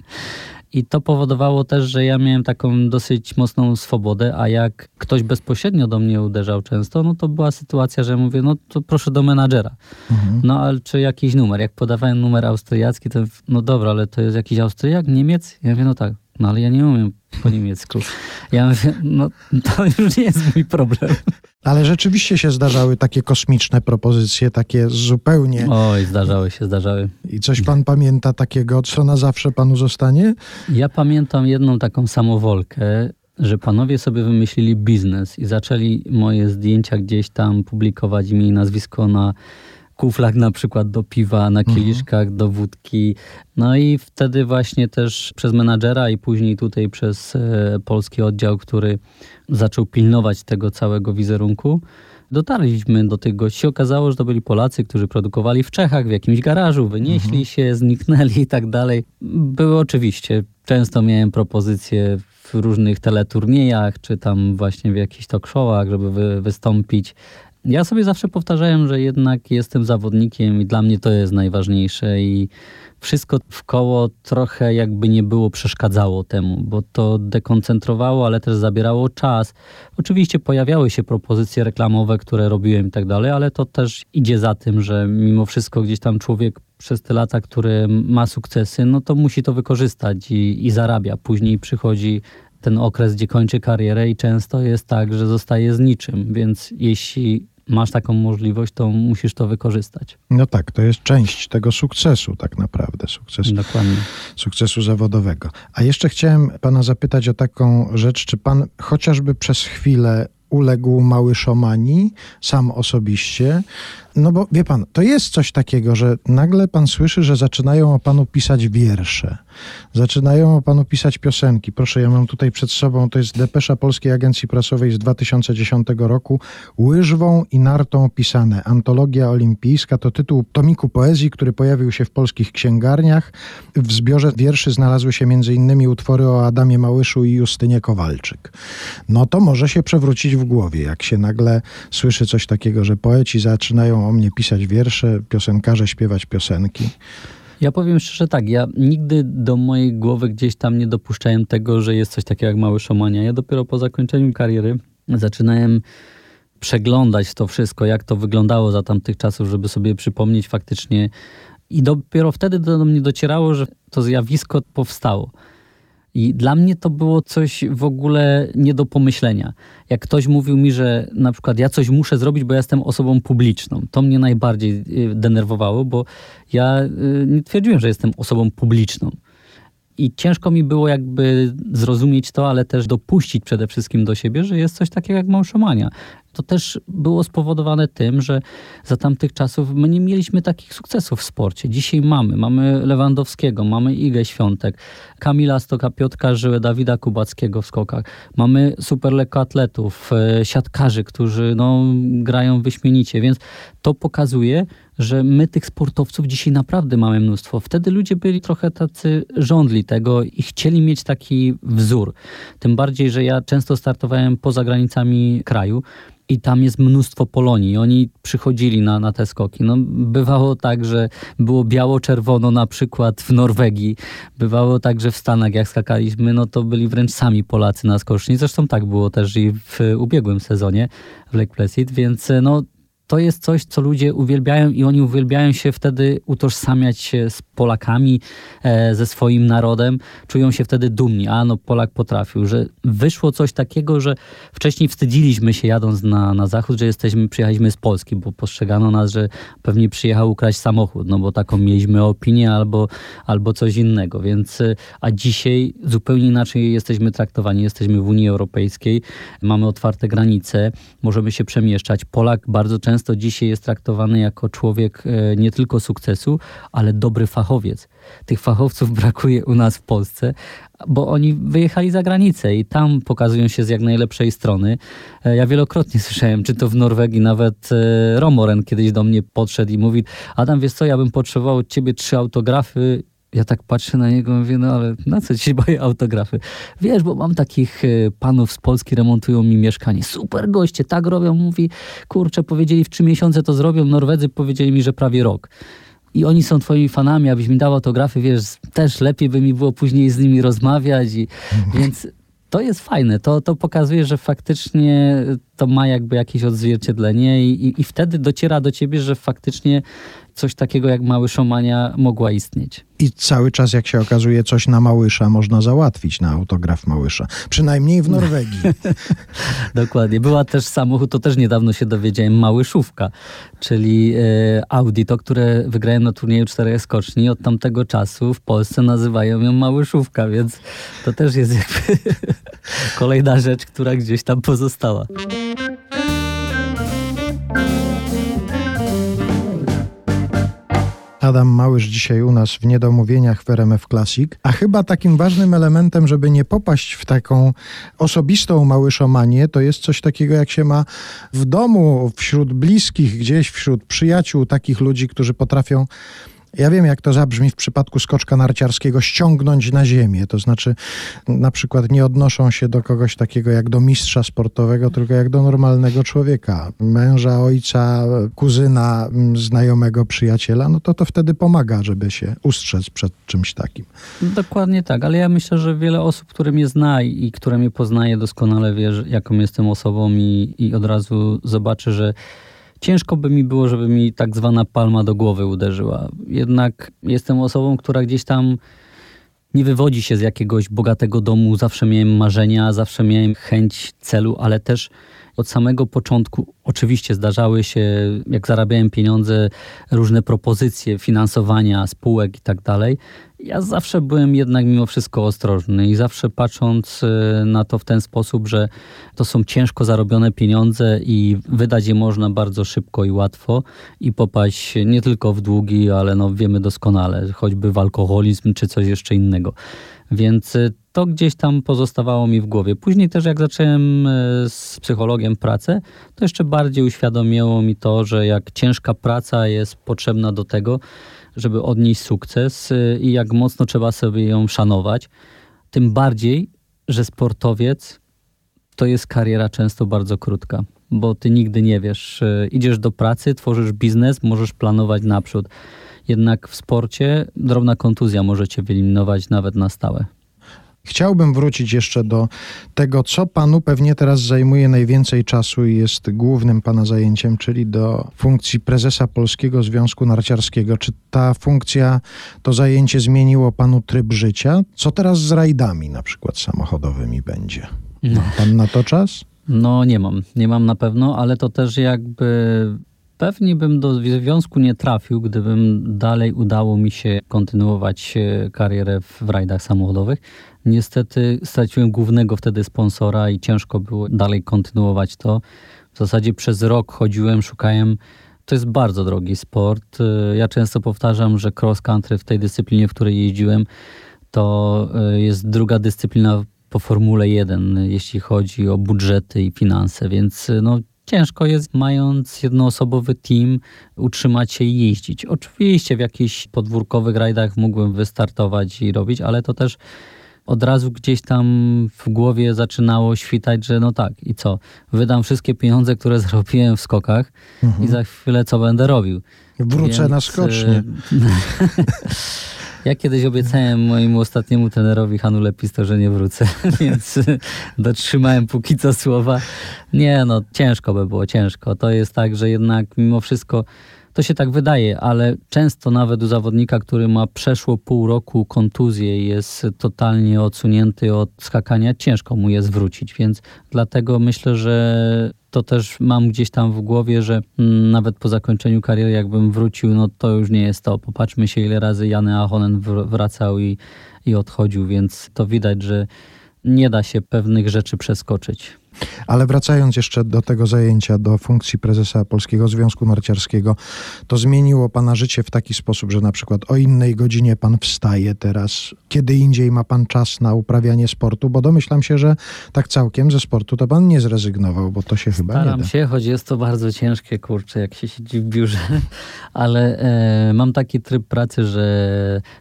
I to powodowało też, że ja miałem taką dosyć mocną swobodę, a jak ktoś bezpośrednio do mnie uderzał często, to była sytuacja, że mówię, to proszę do menadżera. Ale czy jakiś numer? Jak podawałem numer austriacki, to dobra, ale to jest jakiś Austriak, Niemiec? Ja mówię, tak, ale ja nie umiem po niemiecku. Ja mówię, to już nie jest mój problem. Ale rzeczywiście się zdarzały takie kosmiczne propozycje, takie zupełnie... Oj, zdarzały. I coś pan pamięta takiego, co na zawsze panu zostanie? Ja pamiętam jedną taką samowolkę, że panowie sobie wymyślili biznes i zaczęli moje zdjęcia gdzieś tam publikować, imię i nazwisko na kuflach na przykład do piwa, na kieliszkach do wódki. I wtedy właśnie też przez menadżera i później tutaj przez polski oddział, który zaczął pilnować tego całego wizerunku, dotarliśmy do tych gości. Okazało, że to byli Polacy, którzy produkowali w Czechach, w jakimś garażu, wynieśli się, zniknęli i tak dalej. Były oczywiście, często miałem propozycje w różnych teleturniejach, czy tam właśnie w jakichś talk showach, żeby wystąpić. Ja sobie zawsze powtarzałem, że jednak jestem zawodnikiem i dla mnie to jest najważniejsze i wszystko wkoło trochę jakby nie było przeszkadzało temu, bo to dekoncentrowało, ale też zabierało czas. Oczywiście pojawiały się propozycje reklamowe, które robiłem i tak dalej, ale to też idzie za tym, że mimo wszystko gdzieś tam człowiek przez te lata, który ma sukcesy, to musi to wykorzystać i zarabia. Później przychodzi ten okres, gdzie kończy karierę i często jest tak, że zostaje z niczym, więc jeśli masz taką możliwość, to musisz to wykorzystać. Tak, to jest część tego sukcesu tak naprawdę, sukcesu zawodowego. A jeszcze chciałem pana zapytać o taką rzecz, czy pan chociażby przez chwilę uległ małyszomanii, sam osobiście, No bo wie pan, to jest coś takiego, że nagle pan słyszy, że zaczynają o panu pisać wiersze, zaczynają o panu pisać piosenki. Proszę, ja mam tutaj przed sobą, to jest depesza Polskiej Agencji Prasowej z 2010 roku. Łyżwą i nartą pisane. Antologia olimpijska to tytuł tomiku poezji, który pojawił się w polskich księgarniach. W zbiorze wierszy znalazły się m.in. utwory o Adamie Małyszu i Justynie Kowalczyk. No to może się przewrócić w głowie, jak się nagle słyszy coś takiego, że poeci zaczynają o mnie pisać wiersze, piosenkarze śpiewać piosenki. Ja powiem szczerze tak, ja nigdy do mojej głowy gdzieś tam nie dopuszczałem tego, że jest coś takiego jak Małyszomania. Ja dopiero po zakończeniu kariery zaczynałem przeglądać to wszystko, jak to wyglądało za tamtych czasów, żeby sobie przypomnieć faktycznie. I dopiero wtedy do mnie docierało, że to zjawisko powstało. I dla mnie to było coś w ogóle nie do pomyślenia. Jak ktoś mówił mi, że na przykład ja coś muszę zrobić, bo ja jestem osobą publiczną. To mnie najbardziej denerwowało, bo ja nie twierdziłem, że jestem osobą publiczną. I ciężko mi było jakby zrozumieć to, ale też dopuścić przede wszystkim do siebie, że jest coś takiego jak Małyszomania. To też było spowodowane tym, że za tamtych czasów my nie mieliśmy takich sukcesów w sporcie. Dzisiaj mamy Lewandowskiego, mamy Igę Świątek, Kamila Stoka, Piotra Żyłę, Dawida Kubackiego w skokach. Mamy super lekkoatletów, siatkarzy, którzy grają wyśmienicie, więc to pokazuje, że my tych sportowców dzisiaj naprawdę mamy mnóstwo. Wtedy ludzie byli trochę tacy żądli tego i chcieli mieć taki wzór. Tym bardziej, że ja często startowałem poza granicami kraju i tam jest mnóstwo Polonii. Oni przychodzili na te skoki. Bywało tak, że było biało-czerwono na przykład w Norwegii. Bywało tak, że w Stanach jak skakaliśmy, to byli wręcz sami Polacy na skoczni. Zresztą tak było też i w ubiegłym sezonie w Lake Placid, więc to jest coś, co ludzie uwielbiają i oni uwielbiają się wtedy utożsamiać się z Polakami, ze swoim narodem. Czują się wtedy dumni. Polak potrafił, że wyszło coś takiego, że wcześniej wstydziliśmy się jadąc na zachód, że przyjechaliśmy z Polski, bo postrzegano nas, że pewnie przyjechał ukraść samochód, bo taką mieliśmy opinię albo coś innego. Więc, a dzisiaj zupełnie inaczej jesteśmy traktowani. Jesteśmy w Unii Europejskiej, mamy otwarte granice, możemy się przemieszczać. Polak bardzo często dzisiaj jest traktowany jako człowiek nie tylko sukcesu, ale dobry fachowiec. Tych fachowców brakuje u nas w Polsce, bo oni wyjechali za granicę i tam pokazują się z jak najlepszej strony. Ja wielokrotnie słyszałem, czy to w Norwegii, nawet Romoren kiedyś do mnie podszedł i mówi: Adam, wiesz co, ja bym potrzebował od ciebie 3 autografy. Ja tak patrzę na niego i mówię, ale na co ci moje autografy? Wiesz, bo mam takich panów z Polski, remontują mi mieszkanie. Super goście, tak robią. Mówi, kurczę, powiedzieli w 3 miesiące to zrobią. Norwedzy powiedzieli mi, że prawie rok. I oni są twoimi fanami, abyś mi dał autografy, wiesz, też lepiej by mi było później z nimi rozmawiać. Więc to jest fajne. To pokazuje, że faktycznie to ma jakby jakieś odzwierciedlenie i wtedy dociera do ciebie, że faktycznie coś takiego jak Małyszomania mogła istnieć. I cały czas, jak się okazuje, coś na Małysza można załatwić, na autograf Małysza. Przynajmniej w Norwegii. Dokładnie. Była też samochód, to też niedawno się dowiedziałem, Małyszówka, czyli Audi, to, które wygrałem na turnieju 4 skoczni. Od tamtego czasu w Polsce nazywają ją Małyszówka, więc to też jest jakby kolejna rzecz, która gdzieś tam pozostała. Adam Małysz dzisiaj u nas w Niedomówieniach w RMF Classic, a chyba takim ważnym elementem, żeby nie popaść w taką osobistą małyszomanię, to jest coś takiego, jak się ma w domu, wśród bliskich, gdzieś wśród przyjaciół, takich ludzi, którzy potrafią, ja wiem, jak to zabrzmi w przypadku skoczka narciarskiego, ściągnąć na ziemię. To znaczy, na przykład nie odnoszą się do kogoś takiego jak do mistrza sportowego, tylko jak do normalnego człowieka. Męża, ojca, kuzyna, znajomego, przyjaciela. To wtedy pomaga, żeby się ustrzec przed czymś takim. Dokładnie tak, ale ja myślę, że wiele osób, które mnie zna i które mnie poznaje, doskonale wie, jaką jestem osobą i od razu zobaczy, że ciężko by mi było, żeby mi tak zwana palma do głowy uderzyła. Jednak jestem osobą, która gdzieś tam nie wywodzi się z jakiegoś bogatego domu. Zawsze miałem marzenia, zawsze miałem chęć celu, ale też Od samego początku oczywiście zdarzały się, jak zarabiałem pieniądze, różne propozycje finansowania spółek i tak dalej. Ja zawsze byłem jednak mimo wszystko ostrożny i zawsze patrząc na to w ten sposób, że to są ciężko zarobione pieniądze i wydać je można bardzo szybko i łatwo i popaść nie tylko w długi, ale no wiemy doskonale, choćby w alkoholizm czy coś jeszcze innego. Więc to gdzieś tam pozostawało mi w głowie. Później też jak zacząłem z psychologiem pracę, to jeszcze bardziej uświadomiło mi to, że jak ciężka praca jest potrzebna do tego, żeby odnieść sukces i jak mocno trzeba sobie ją szanować. Tym bardziej, że sportowiec to jest kariera często bardzo krótka, bo ty nigdy nie wiesz. Idziesz do pracy, tworzysz biznes, możesz planować naprzód. Jednak w sporcie drobna kontuzja może cię wyeliminować nawet na stałe. Chciałbym wrócić jeszcze do tego, co panu pewnie teraz zajmuje najwięcej czasu i jest głównym pana zajęciem, czyli do funkcji prezesa Polskiego Związku Narciarskiego. Czy ta funkcja, to zajęcie zmieniło panu tryb życia? Co teraz z rajdami na przykład samochodowymi będzie? Ma pan na to czas? No nie mam na pewno, ale to też jakby... Pewnie bym do związku nie trafił, gdybym dalej udało mi się kontynuować karierę w rajdach samochodowych. Niestety straciłem głównego wtedy sponsora i ciężko było dalej kontynuować to. W zasadzie przez rok chodziłem, szukałem. To jest bardzo drogi sport. Ja często powtarzam, że cross country w tej dyscyplinie, w której jeździłem, to jest druga dyscyplina po Formule 1, jeśli chodzi o budżety i finanse, więc no ciężko jest, mając jednoosobowy team, utrzymać się i jeździć. Oczywiście w jakichś podwórkowych rajdach mógłbym wystartować i robić, ale to też od razu gdzieś tam w głowie zaczynało świtać, że no tak, i co? Wydam wszystkie pieniądze, które zarobiłem w skokach i za chwilę co będę robił? Wrócę na skocznie. Ja kiedyś obiecałem mojemu ostatniemu trenerowi Hanu Lepisto, że nie wrócę, więc dotrzymałem póki co słowa. Nie, no ciężko by było, ciężko. To jest tak, że jednak mimo wszystko to się tak wydaje, ale często nawet u zawodnika, który ma przeszło pół roku kontuzję i jest totalnie odsunięty od skakania, ciężko mu jest wrócić, więc dlatego myślę, że to też mam gdzieś tam w głowie, że nawet po zakończeniu kariery jakbym wrócił, no to już nie jest to. Popatrzmy się, ile razy Janne Ahonen wracał i odchodził, więc to widać, że nie da się pewnych rzeczy przeskoczyć. Ale wracając jeszcze do tego zajęcia, do funkcji prezesa Polskiego Związku Narciarskiego, to zmieniło pana życie w taki sposób, że na przykład o innej godzinie pan wstaje teraz, kiedy indziej ma pan czas na uprawianie sportu, bo domyślam się, że tak całkiem ze sportu to pan nie zrezygnował, bo to się chyba nie da. Staram się, choć jest to bardzo ciężkie, jak się siedzi w biurze, ale mam taki tryb pracy, że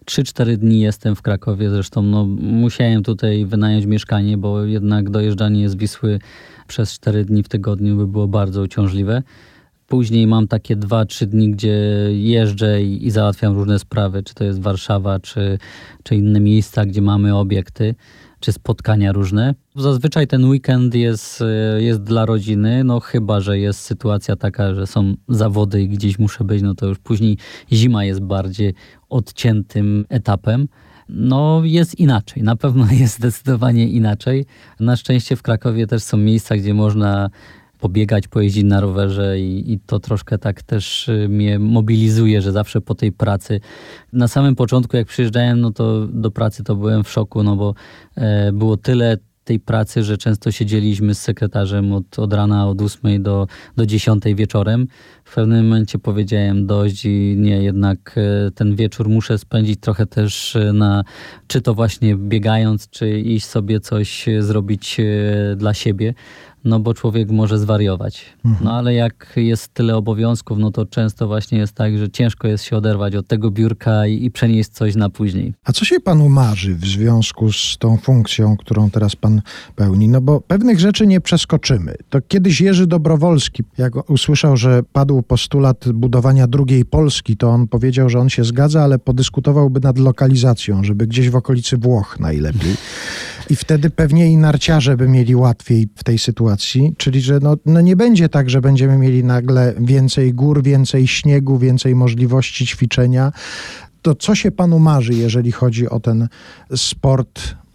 3-4 dni jestem w Krakowie, zresztą no, musiałem tutaj wynająć mieszkanie, bo jednak dojeżdżanie z Wisły przez 4 dni w tygodniu by było bardzo uciążliwe. Później mam takie 2-3 dni, gdzie jeżdżę i załatwiam różne sprawy, czy to jest Warszawa, czy inne miejsca, gdzie mamy obiekty, czy spotkania różne. Zazwyczaj ten weekend jest dla rodziny, no chyba że jest sytuacja taka, że są zawody i gdzieś muszę być, no to już później zima jest bardziej odciętym etapem. No jest inaczej, na pewno jest zdecydowanie inaczej. Na szczęście w Krakowie też są miejsca, gdzie można pobiegać, pojeździć na rowerze i to troszkę tak też mnie mobilizuje, że zawsze po tej pracy. Na samym początku jak przyjeżdżałem, no to do pracy to byłem w szoku, no bo było tyle tej pracy, że często siedzieliśmy z sekretarzem od rana, od 8 do 10 wieczorem. W pewnym momencie powiedziałem dość i nie, jednak ten wieczór muszę spędzić trochę też czy to właśnie biegając, czy iść sobie coś zrobić dla siebie, no bo człowiek może zwariować. No ale jak jest tyle obowiązków, no to często właśnie jest tak, że ciężko jest się oderwać od tego biurka i przenieść coś na później. A co się panu marzy w związku z tą funkcją, którą teraz pan pełni? No bo pewnych rzeczy nie przeskoczymy. To kiedyś Jerzy Dobrowolski, jak usłyszał, że padł postulat budowania drugiej Polski, to on powiedział, że on się zgadza, ale podyskutowałby nad lokalizacją, żeby gdzieś w okolicy Włoch najlepiej. I wtedy pewnie i narciarze by mieli łatwiej w tej sytuacji, czyli że no nie będzie tak, że będziemy mieli nagle więcej gór, więcej śniegu, więcej możliwości ćwiczenia. To co się panu marzy, jeżeli chodzi o ten sport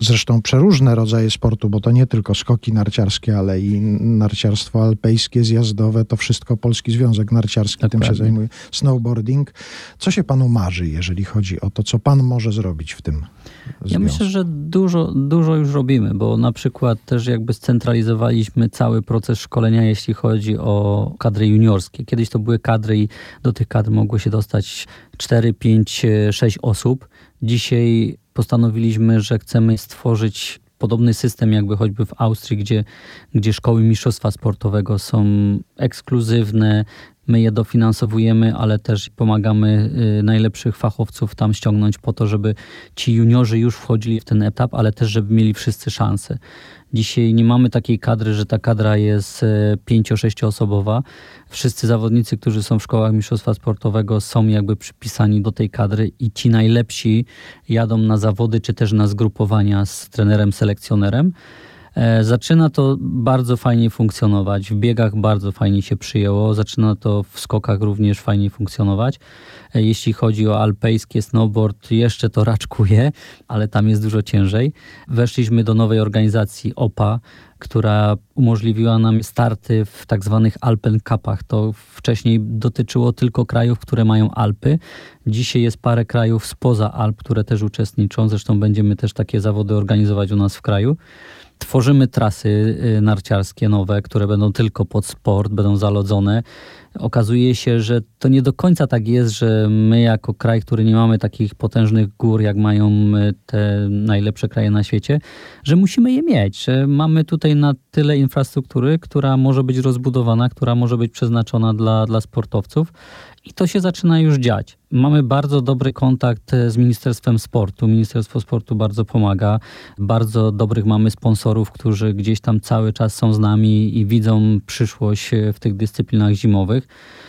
zresztą przeróżne rodzaje sportu, bo to nie tylko skoki narciarskie, ale i narciarstwo alpejskie, zjazdowe, to wszystko Polski Związek Narciarski tym się zajmuje, snowboarding. Co się panu marzy, jeżeli chodzi o to, co pan może zrobić w tym związku? Ja myślę, że dużo już robimy, bo na przykład też jakby scentralizowaliśmy cały proces szkolenia, jeśli chodzi o kadry juniorskie. Kiedyś to były kadry i do tych kadr mogło się dostać 4, 5, 6 osób. Dzisiaj postanowiliśmy, że chcemy stworzyć podobny system jakby choćby w Austrii, gdzie szkoły mistrzostwa sportowego są ekskluzywne. My je dofinansowujemy, ale też pomagamy najlepszych fachowców tam ściągnąć po to, żeby ci juniorzy już wchodzili w ten etap, ale też żeby mieli wszyscy szansę. Dzisiaj nie mamy takiej kadry, że ta kadra jest 5-6 osobowa. Wszyscy zawodnicy, którzy są w szkołach mistrzostwa sportowego, są jakby przypisani do tej kadry i ci najlepsi jadą na zawody czy też na zgrupowania z trenerem, selekcjonerem. Zaczyna to bardzo fajnie funkcjonować. W biegach bardzo fajnie się przyjęło. Zaczyna to w skokach również fajnie funkcjonować. Jeśli chodzi o alpejskie snowboard, jeszcze to raczkuje, ale tam jest dużo ciężej. Weszliśmy do nowej organizacji OPA, która umożliwiła nam starty w tak zwanych Alpen Cupach. To wcześniej dotyczyło tylko krajów, które mają Alpy. Dzisiaj jest parę krajów spoza Alp, które też uczestniczą. Zresztą będziemy też takie zawody organizować u nas w kraju. Tworzymy trasy narciarskie nowe, które będą tylko pod sport, będą zalodzone. Okazuje się, że to nie do końca tak jest, że my jako kraj, który nie mamy takich potężnych gór, jak mają te najlepsze kraje na świecie, że musimy je mieć, że mamy tutaj na tyle infrastruktury, która może być rozbudowana, która może być przeznaczona dla sportowców. I to się zaczyna już dziać. Mamy bardzo dobry kontakt z Ministerstwem Sportu. Ministerstwo Sportu bardzo pomaga. Bardzo dobrych mamy sponsorów, którzy gdzieś tam cały czas są z nami i widzą przyszłość w tych dyscyplinach zimowych.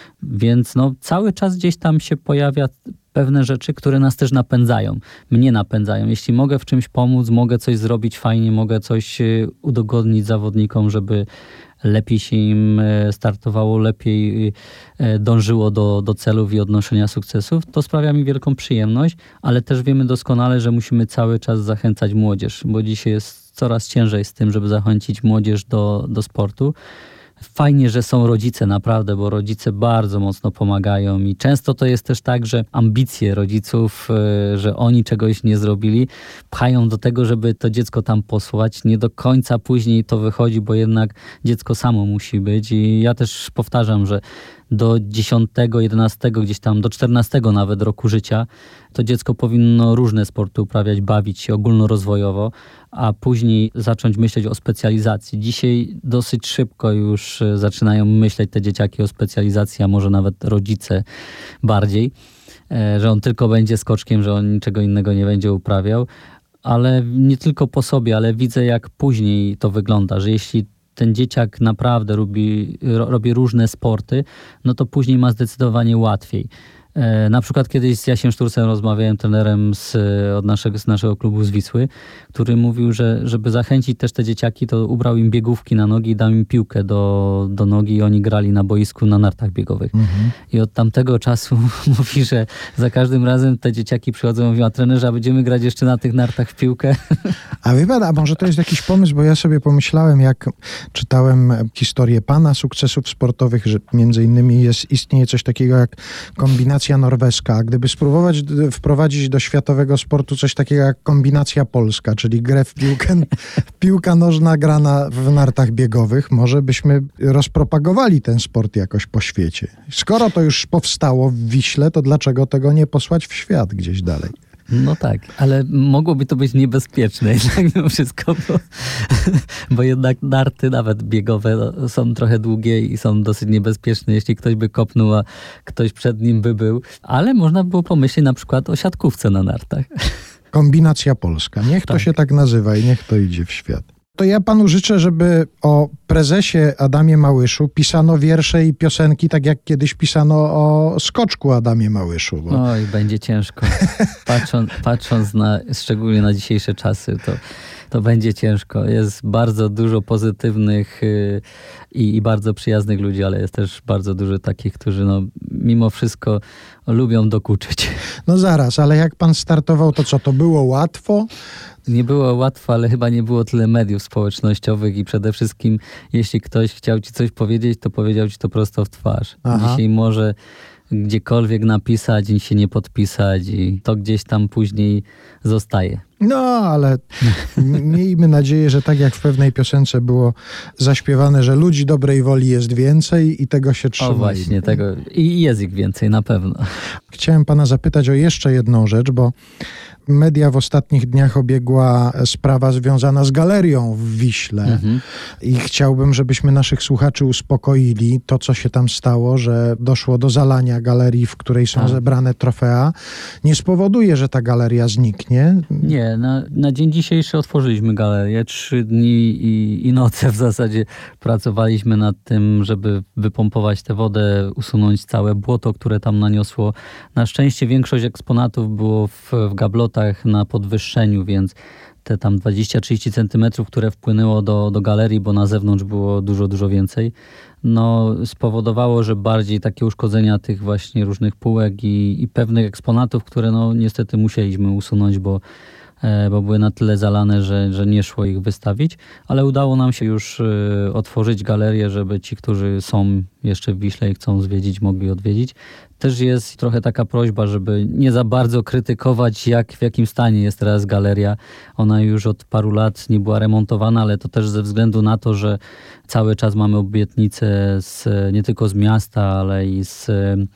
Więc cały czas gdzieś tam się pojawia pewne rzeczy, które nas też napędzają. Mnie napędzają. Jeśli mogę w czymś pomóc, mogę coś zrobić fajnie, mogę coś udogodnić zawodnikom, żeby lepiej się im startowało, lepiej dążyło do celów i odnoszenia sukcesów, to sprawia mi wielką przyjemność, ale też wiemy doskonale, że musimy cały czas zachęcać młodzież, bo dzisiaj jest coraz ciężej z tym, żeby zachęcić młodzież do sportu. Fajnie, że są rodzice naprawdę, bo rodzice bardzo mocno pomagają i często to jest też tak, że ambicje rodziców, że oni czegoś nie zrobili, pchają do tego, żeby to dziecko tam posłać. Nie do końca później to wychodzi, bo jednak dziecko samo musi być i ja też powtarzam, że do 10, 11, gdzieś tam do 14 nawet roku życia, to dziecko powinno różne sporty uprawiać, bawić się ogólnorozwojowo, a później zacząć myśleć o specjalizacji. Dzisiaj dosyć szybko już zaczynają myśleć te dzieciaki o specjalizacji, a może nawet rodzice bardziej, że on tylko będzie skoczkiem, że on niczego innego nie będzie uprawiał, ale nie tylko po sobie, ale widzę jak później to wygląda, że jeśli ten dzieciak naprawdę robi różne sporty, no to później ma zdecydowanie łatwiej. Na przykład kiedyś z Jasiem Szturcem rozmawiałem, trenerem z naszego klubu z Wisły, który mówił, że żeby zachęcić też te dzieciaki, to ubrał im biegówki na nogi i dał im piłkę do nogi i oni grali na boisku na nartach biegowych. Mhm. I od tamtego czasu mówi, że za każdym razem te dzieciaki przychodzą i mówią, a trenerze, a będziemy grać jeszcze na tych nartach w piłkę? A wie pan, a może to jest jakiś pomysł, bo ja sobie pomyślałem, jak czytałem historię pana sukcesów sportowych, że między innymi istnieje coś takiego jak kombinacja norweska, a gdyby spróbować wprowadzić do światowego sportu coś takiego jak kombinacja polska, czyli grę w piłka nożna grana w nartach biegowych, może byśmy rozpropagowali ten sport jakoś po świecie. Skoro to już powstało w Wiśle, to dlaczego tego nie posłać w świat gdzieś dalej? No tak, ale mogłoby to być niebezpieczne jednak mimo wszystko, bo jednak narty nawet biegowe są trochę długie i są dosyć niebezpieczne, jeśli ktoś by kopnął, a ktoś przed nim by był, ale można było pomyśleć na przykład o siatkówce na nartach. Kombinacja polska, niech to się tak nazywa i niech to idzie w świat. To ja panu życzę, żeby o prezesie Adamie Małyszu pisano wiersze i piosenki, tak jak kiedyś pisano o skoczku Adamie Małyszu. Bo... Oj, będzie ciężko. Patrząc szczególnie na dzisiejsze czasy, to będzie ciężko. Jest bardzo dużo pozytywnych i bardzo przyjaznych ludzi, ale jest też bardzo dużo takich, którzy mimo wszystko lubią dokuczyć. No zaraz, ale jak pan startował, to co, to było łatwo? Nie było łatwo, ale chyba nie było tyle mediów społecznościowych i przede wszystkim, jeśli ktoś chciał ci coś powiedzieć, to powiedział ci to prosto w twarz. Aha. Dzisiaj może gdziekolwiek napisać i się nie podpisać i to gdzieś tam później zostaje. No, ale miejmy nadzieję, że tak jak w pewnej piosence było zaśpiewane, że ludzi dobrej woli jest więcej i tego się trzymajmy. O właśnie, tego i jest ich więcej na pewno. Chciałem pana zapytać o jeszcze jedną rzecz, bo media w ostatnich dniach obiegła sprawa związana z galerią w Wiśle i chciałbym, żebyśmy naszych słuchaczy uspokoili. To, co się tam stało, że doszło do zalania galerii, w której są zebrane trofea, nie spowoduje, że ta galeria zniknie. Nie, na dzień dzisiejszy otworzyliśmy galerię. 3 dni i noce w zasadzie pracowaliśmy nad tym, żeby wypompować tę wodę, usunąć całe błoto, które tam naniosło. Na szczęście większość eksponatów było w gablotach na podwyższeniu, więc te tam 20-30 centymetrów, które wpłynęło do galerii, bo na zewnątrz było dużo więcej, no spowodowało, że bardziej takie uszkodzenia tych właśnie różnych półek i pewnych eksponatów, które no niestety musieliśmy usunąć, bo były na tyle zalane, że nie szło ich wystawić, ale udało nam się już otworzyć galerię, żeby ci, którzy są jeszcze w Wiśle i chcą zwiedzić, mogli odwiedzić. Też jest trochę taka prośba, żeby nie za bardzo krytykować, w jakim stanie jest teraz galeria. Ona już od paru lat nie była remontowana, ale to też ze względu na to, że cały czas mamy obietnice nie tylko z miasta, ale i z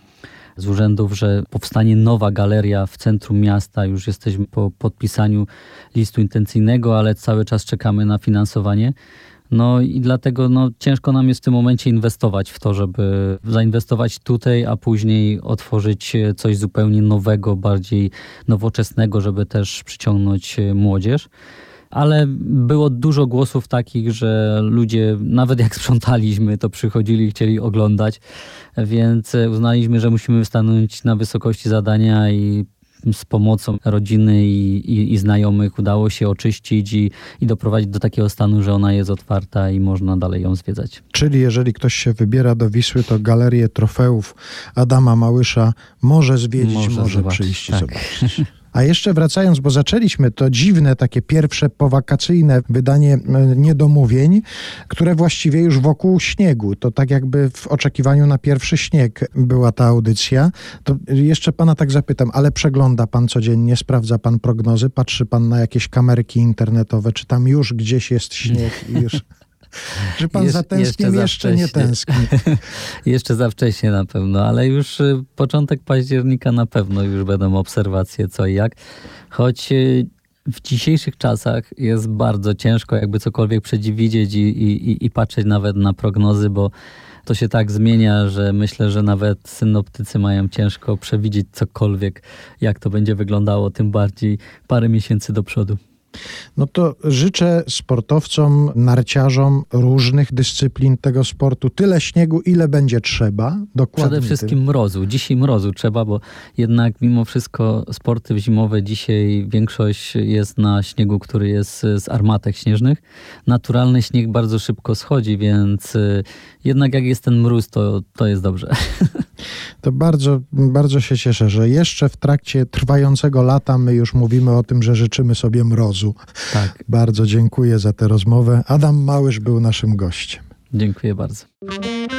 urzędów, że powstanie nowa galeria w centrum miasta. Już jesteśmy po podpisaniu listu intencyjnego, ale cały czas czekamy na finansowanie. No i dlatego ciężko nam jest w tym momencie inwestować w to, żeby zainwestować tutaj, a później otworzyć coś zupełnie nowego, bardziej nowoczesnego, żeby też przyciągnąć młodzież. Ale było dużo głosów takich, że ludzie, nawet jak sprzątaliśmy, to przychodzili i chcieli oglądać, więc uznaliśmy, że musimy stanąć na wysokości zadania i z pomocą rodziny i znajomych udało się oczyścić i doprowadzić do takiego stanu, że ona jest otwarta i można dalej ją zwiedzać. Czyli jeżeli ktoś się wybiera do Wisły, to galerię trofeów Adama Małysza może zwiedzić, może przyjść i zobaczyć. A jeszcze wracając, bo zaczęliśmy to dziwne, takie pierwsze powakacyjne wydanie Niedomówień, które właściwie już wokół śniegu. To tak jakby w oczekiwaniu na pierwszy śnieg była ta audycja. To jeszcze pana tak zapytam, ale przegląda pan codziennie, sprawdza pan prognozy, patrzy pan na jakieś kamerki internetowe, czy tam już gdzieś jest śnieg i już... Że pan zatęsknił, jeszcze nie tęskni. Jeszcze za wcześnie na pewno, ale już początek października na pewno już będą obserwacje co i jak. Choć w dzisiejszych czasach jest bardzo ciężko jakby cokolwiek przewidzieć i patrzeć nawet na prognozy, bo to się tak zmienia, że myślę, że nawet synoptycy mają ciężko przewidzieć cokolwiek, jak to będzie wyglądało, tym bardziej parę miesięcy do przodu. No to życzę sportowcom, narciarzom różnych dyscyplin tego sportu tyle śniegu, ile będzie trzeba. Dokładnie. Przede wszystkim mrozu. Dzisiaj mrozu trzeba, bo jednak mimo wszystko sporty zimowe dzisiaj większość jest na śniegu, który jest z armatek śnieżnych. Naturalny śnieg bardzo szybko schodzi, więc jednak jak jest ten mróz, to jest dobrze. To bardzo, bardzo się cieszę, że jeszcze w trakcie trwającego lata my już mówimy o tym, że życzymy sobie mrozu. Tak. Bardzo dziękuję za tę rozmowę. Adam Małysz był naszym gościem. Dziękuję bardzo.